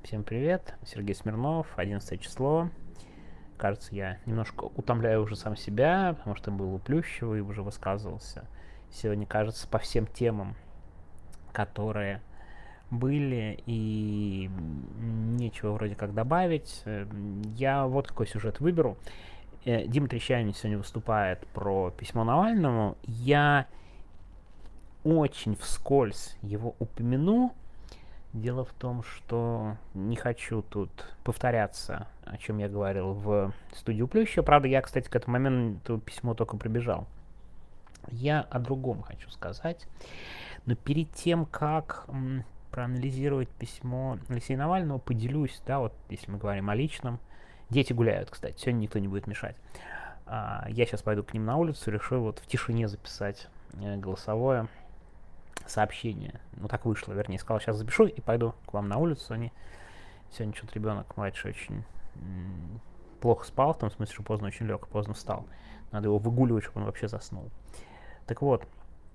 Всем привет, Сергей Смирнов, 11 число. Кажется, я немножко утомляю уже сам себя, потому что был у Плющева и уже высказывался. Сегодня, кажется, по всем темам, которые были, и нечего вроде как добавить. Я вот какой сюжет выберу. Дима Трещанин сегодня выступает про письмо Навальному. Я очень вскользь его упомяну. Дело в том, что не хочу тут повторяться, о чем я говорил в студию Плюща. Правда, я, кстати, к этому моменту письмо только прибежал. Я о другом хочу сказать. Но перед тем, как проанализировать письмо Алексея Навального, поделюсь, да, вот если мы говорим о личном. Дети гуляют, кстати, сегодня никто не будет мешать. Я сейчас пойду к ним на улицу, решил вот в тишине записать голосовое сообщение. Ну, так вышло, вернее. Сказал, сейчас запишу и пойду к вам на улицу. Они сегодня что-то ребенок младший очень плохо спал, в том смысле, что поздно очень лег, поздно встал. Надо его выгуливать, чтобы он вообще заснул. Так вот,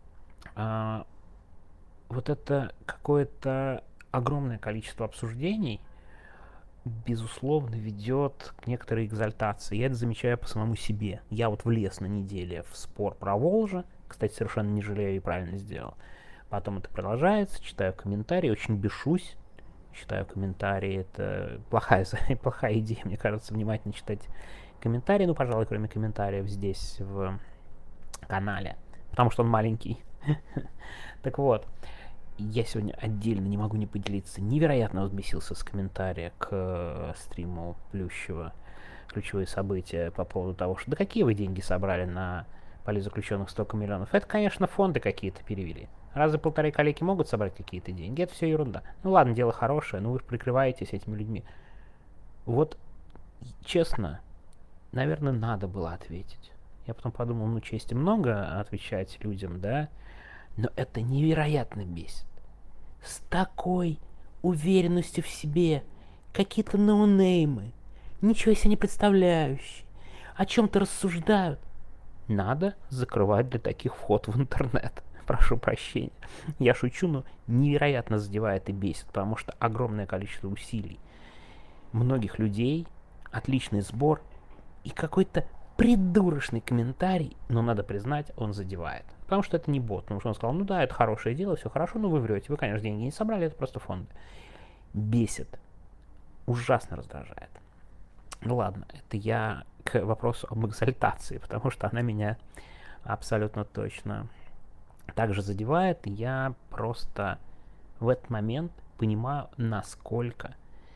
вот это какое-то огромное количество обсуждений, безусловно, ведет к некоторой экзальтации. Я это замечаю по самому себе. Я вот влез на неделе в спор про Волжа, кстати, совершенно не жалею и правильно сделал. Потом это продолжается, читаю комментарии, очень бешусь. Читаю комментарии, это плохая идея, мне кажется, внимательно читать комментарии. Ну, пожалуй, кроме комментариев здесь в канале, потому что он маленький. Так вот, я сегодня отдельно не могу не поделиться. Невероятно взбесился с комментария к стриму Плющева «Ключевые события» по поводу того, что да какие вы деньги собрали на политзаключенных столько миллионов. Это, конечно, фонды какие-то перевели. Разве полторы калеки могут собрать какие-то деньги? Это все ерунда. Ну ладно, дело хорошее, но вы прикрываетесь этими людьми. Вот, честно, наверное, надо было ответить. Я потом подумал, ну, чести много отвечать людям, да, но это невероятно бесит. С такой уверенностью в себе. Какие-то ноунеймы, ничего себе не представляющие, о чем-то рассуждают. Надо закрывать для таких вход в интернет. Прошу прощения. Я шучу, но невероятно задевает и бесит, потому что огромное количество усилий многих людей, отличный сбор и какой-то придурочный комментарий, но надо признать, он задевает. Потому что это не бот, потому что он сказал, ну да, это хорошее дело, все хорошо, но вы врете, вы, конечно, деньги не собрали, это просто фонды. Бесит. Ужасно раздражает. Ну ладно, это я к вопросу об экзальтации, потому что она меня абсолютно точно также задевает. Я просто в этот момент понимаю, насколько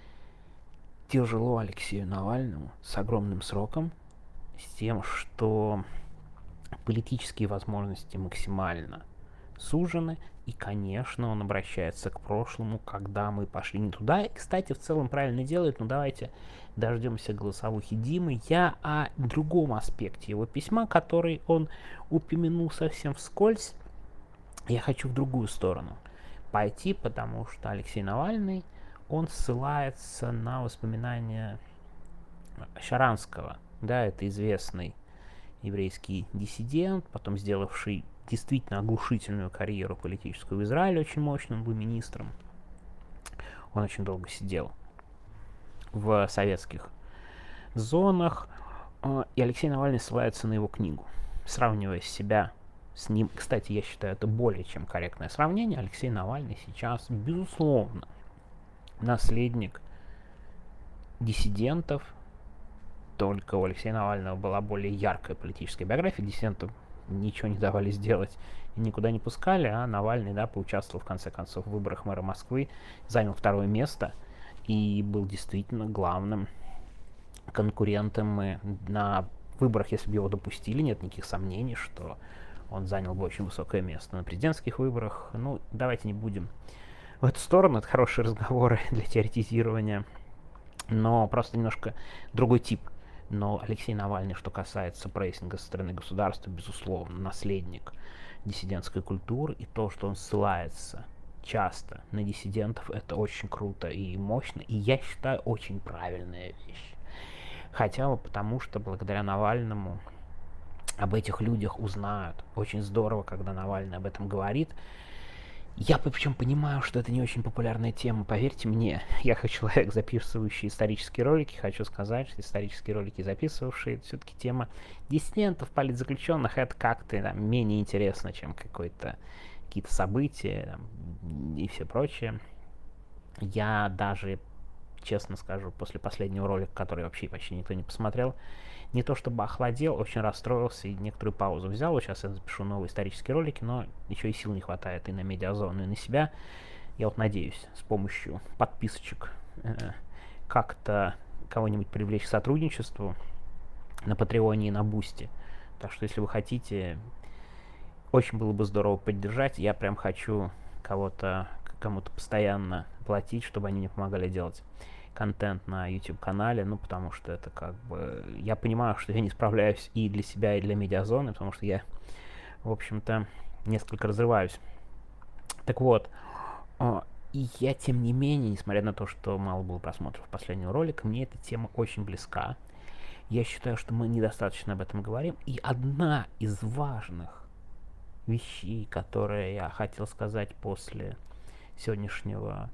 тяжело Алексею Навальному с огромным сроком, с тем, что политические возможности максимально сужены, и, конечно, он обращается к прошлому, когда мы пошли не туда. И, кстати, в целом правильно делает, но давайте дождемся голосовухи Димы. Я о другом аспекте его письма, который он упомянул совсем вскользь. Я хочу в другую сторону пойти, потому что Алексей Навальный, он ссылается на воспоминания Шаранского. Да, это известный еврейский диссидент, потом сделавший действительно оглушительную карьеру политическую в Израиле, очень мощно, он был министром. Он очень долго сидел в советских зонах, и Алексей Навальный ссылается на его книгу, сравнивая себя с ним. Кстати, я считаю, это более чем корректное сравнение. Алексей Навальный сейчас, безусловно, наследник диссидентов, только у Алексея Навального была более яркая политическая биография, диссидентам ничего не давали сделать и никуда не пускали, а Навальный, да, поучаствовал в конце концов в выборах мэра Москвы, занял второе место и был действительно главным конкурентом на выборах, если бы его допустили, нет никаких сомнений, что он занял бы очень высокое место на президентских выборах. Ну, давайте не будем в эту сторону, это хорошие разговоры для теоретизирования, но просто немножко другой тип. Но Алексей Навальный, что касается прессинга со стороны государства, безусловно, наследник диссидентской культуры, и то, что он ссылается часто на диссидентов, это очень круто и мощно, и я считаю, очень правильная вещь. Хотя бы потому, что благодаря Навальному об этих людях узнают. Очень здорово, когда Навальный об этом говорит. Я причем понимаю, что это не очень популярная тема, поверьте мне. Я как человек, записывающий исторические ролики, хочу сказать, что исторические ролики, записывавшие, все-таки тема диссидентов, политзаключенных, это как-то там, менее интересно, чем какие-то события там, и все прочее. Я даже, честно скажу, после последнего ролика, который вообще почти никто не посмотрел, не то чтобы охладел, очень расстроился и некоторую паузу взял. Вот сейчас я запишу новые исторические ролики, но еще и сил не хватает и на медиазону, и на себя. Я вот надеюсь с помощью подписочек как-то кого-нибудь привлечь к сотрудничеству на Патреоне и на Бусти. Так что если вы хотите, очень было бы здорово поддержать. Я прям хочу кому-то постоянно платить, чтобы они мне помогали делать контент на YouTube-канале, ну, потому что это как бы... Я понимаю, что я не справляюсь и для себя, и для медиазоны, потому что я, в общем-то, несколько разрываюсь. Так вот, и я, тем не менее, несмотря на то, что мало было просмотров последнего ролика, мне эта тема очень близка. Я считаю, что мы недостаточно об этом говорим. И одна из важных вещей, которые я хотел сказать после сегодняшнего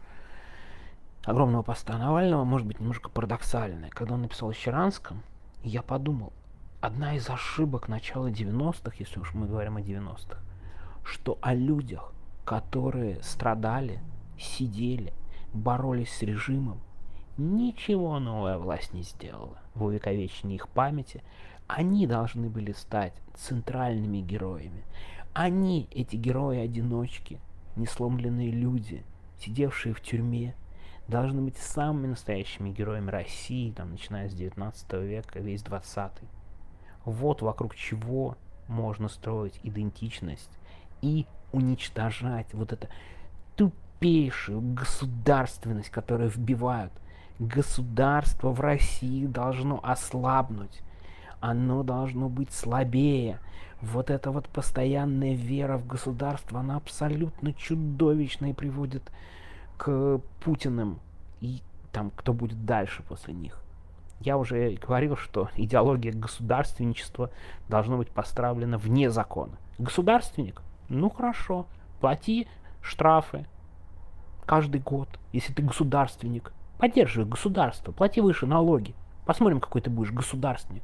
огромного поста Навального, может быть, немножко парадоксальная. Когда он написал о Щеранском, я подумал, одна из ошибок начала 90-х, если уж мы говорим о 90-х, что о людях, которые страдали, сидели, боролись с режимом, ничего новая власть не сделала в увековечении их памяти. Они должны были стать центральными героями. Они, эти герои-одиночки, несломленные люди, сидевшие в тюрьме, должны быть самыми настоящими героями России, там, начиная с 19 века, весь 20-й. Вот вокруг чего можно строить идентичность и уничтожать вот эту тупейшую государственность, которую вбивают. Государство в России должно ослабнуть, оно должно быть слабее. Вот эта вот постоянная вера в государство, она абсолютно чудовищная и приводит к Путиным и там, кто будет дальше после них. Я уже говорил, что идеология государственничества должна быть поставлена вне закона. Государственник? Ну хорошо, плати штрафы каждый год, если ты государственник. Поддерживай государство, плати выше налоги. Посмотрим, какой ты будешь государственник.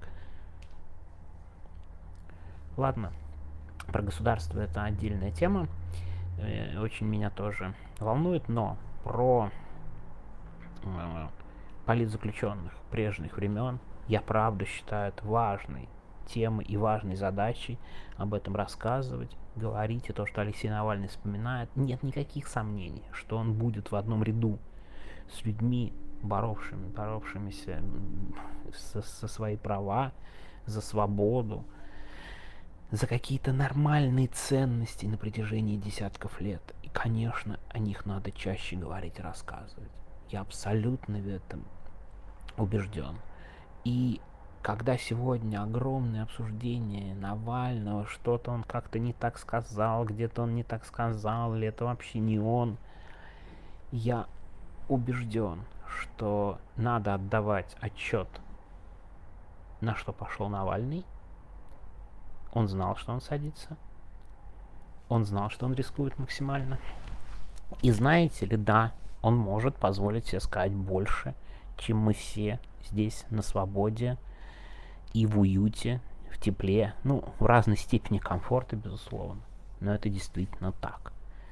Ладно, про государство это отдельная тема. Очень меня тоже волнует, но про политзаключенных прежних времен я правда считаю это важной темой и важной задачей об этом рассказывать, говорить. И то, что Алексей Навальный вспоминает, нет никаких сомнений, что он будет в одном ряду с людьми, боровшимися со свои права, за свободу, за какие-то нормальные ценности на протяжении десятков лет. И, конечно, о них надо чаще говорить и рассказывать. Я абсолютно в этом убежден. И когда сегодня огромное обсуждение Навального, что-то он как-то не так сказал, где-то он не так сказал, или это вообще не он, я убежден, что надо отдавать отчет, на что пошел Навальный. Он знал, что он садится. Он знал, что он рискует максимально. И знаете ли, да, он может позволить себе сказать больше, чем мы все здесь на свободе и в уюте, в тепле, ну, в разной степени комфорта, безусловно. Но это действительно так.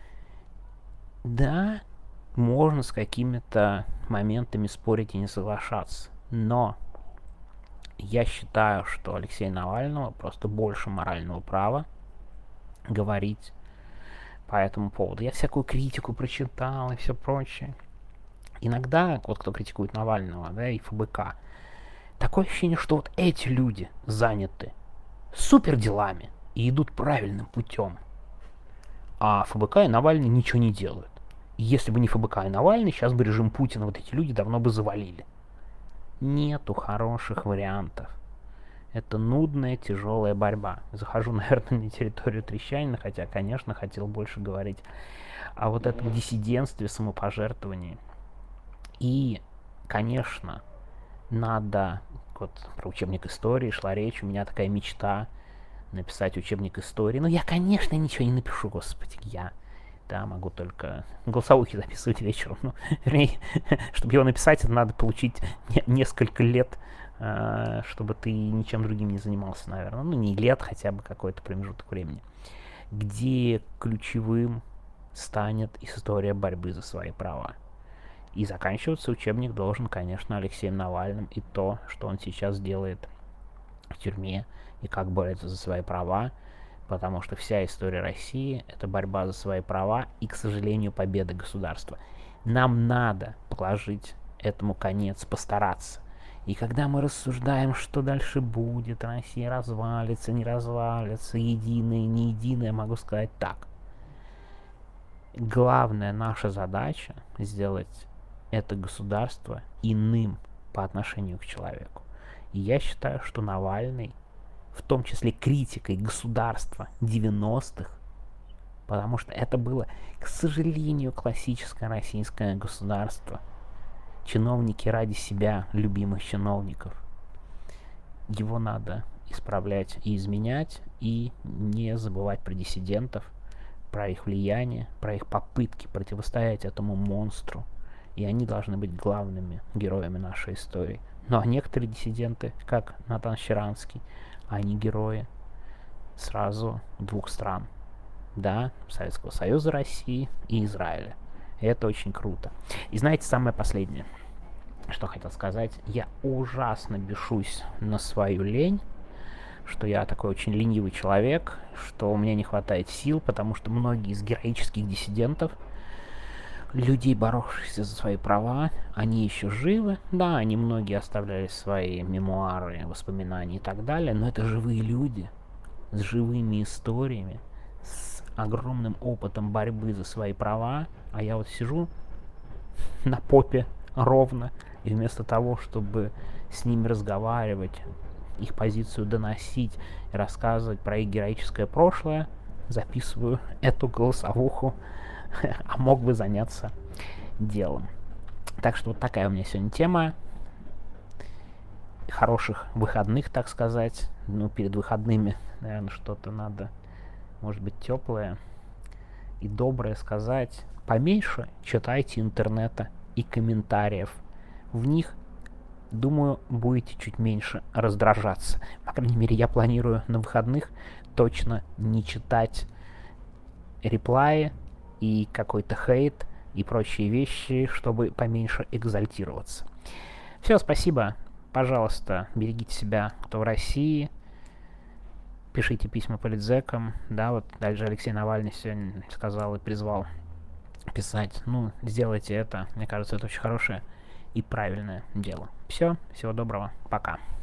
Да, можно с какими-то моментами спорить и не соглашаться, но я считаю, что Алексея Навального просто больше морального права говорить по этому поводу. Я всякую критику прочитал и все прочее. Иногда, вот кто критикует Навального, да, и ФБК, такое ощущение, что вот эти люди заняты супер делами и идут правильным путем, а ФБК и Навальный ничего не делают. И если бы не ФБК и Навальный, сейчас бы режим Путина вот эти люди давно бы завалили. Нету хороших вариантов. Это нудная, тяжелая борьба. Захожу, наверное, на территорию Трещанина, хотя, конечно, хотел больше говорить о вот этом диссидентстве, самопожертвовании. И, конечно, надо... Вот про учебник истории шла речь, у меня такая мечта написать учебник истории. Но я, конечно, ничего не напишу, господи, Да, могу только голосовухи записывать вечером. Ну, вернее, чтобы его написать, это надо получить несколько лет, чтобы ты ничем другим не занимался, наверное. Ну, не лет, хотя бы какой-то промежуток времени. Где ключевым станет история борьбы за свои права. И заканчиваться учебник должен, конечно, Алексеем Навальным и то, что он сейчас делает в тюрьме и как борется за свои права, потому что вся история России — это борьба за свои права и, к сожалению, победа государства. Нам надо положить этому конец, постараться. И когда мы рассуждаем, что дальше будет, Россия развалится, не развалится, единая, не единая, могу сказать так. Главная наша задача — сделать это государство иным по отношению к человеку. И я считаю, что Навальный, в том числе критикой государства 90-х, потому что это было, к сожалению, классическое российское государство. Чиновники ради себя, любимых чиновников. Его надо исправлять и изменять, и не забывать про диссидентов, про их влияние, про их попытки противостоять этому монстру. И они должны быть главными героями нашей истории. Ну а некоторые диссиденты, как Натан Щеранский, они герои сразу двух стран. Да, Советского Союза, России и Израиля. И это очень круто. И знаете, самое последнее, что хотел сказать. Я ужасно бешусь на свою лень, что я такой очень ленивый человек, что у меня не хватает сил, потому что многие из героических диссидентов, людей, боровшихся за свои права, они еще живы. Да, они многие оставляли свои мемуары, воспоминания и так далее, но это живые люди с живыми историями, с огромным опытом борьбы за свои права, а я вот сижу на попе ровно, и вместо того, чтобы с ними разговаривать, их позицию доносить, рассказывать про их героическое прошлое, записываю эту голосовуху, а мог бы заняться делом. Так что вот такая у меня сегодня тема. Хороших выходных, так сказать. Ну, перед выходными, наверное, что-то надо, может быть, теплое и доброе сказать. Поменьше читайте интернета и комментариев. В них, думаю, будете чуть меньше раздражаться. По крайней мере, я планирую на выходных точно не читать реплаи и какой-то хейт и прочие вещи, чтобы поменьше экзальтироваться. Все, спасибо. Пожалуйста, берегите себя, кто в России. Пишите письма политзекам. Да, вот дальше Алексей Навальный сегодня сказал и призвал писать. Ну, сделайте это. Мне кажется, это очень хорошее и правильное дело. Все, всего доброго. Пока.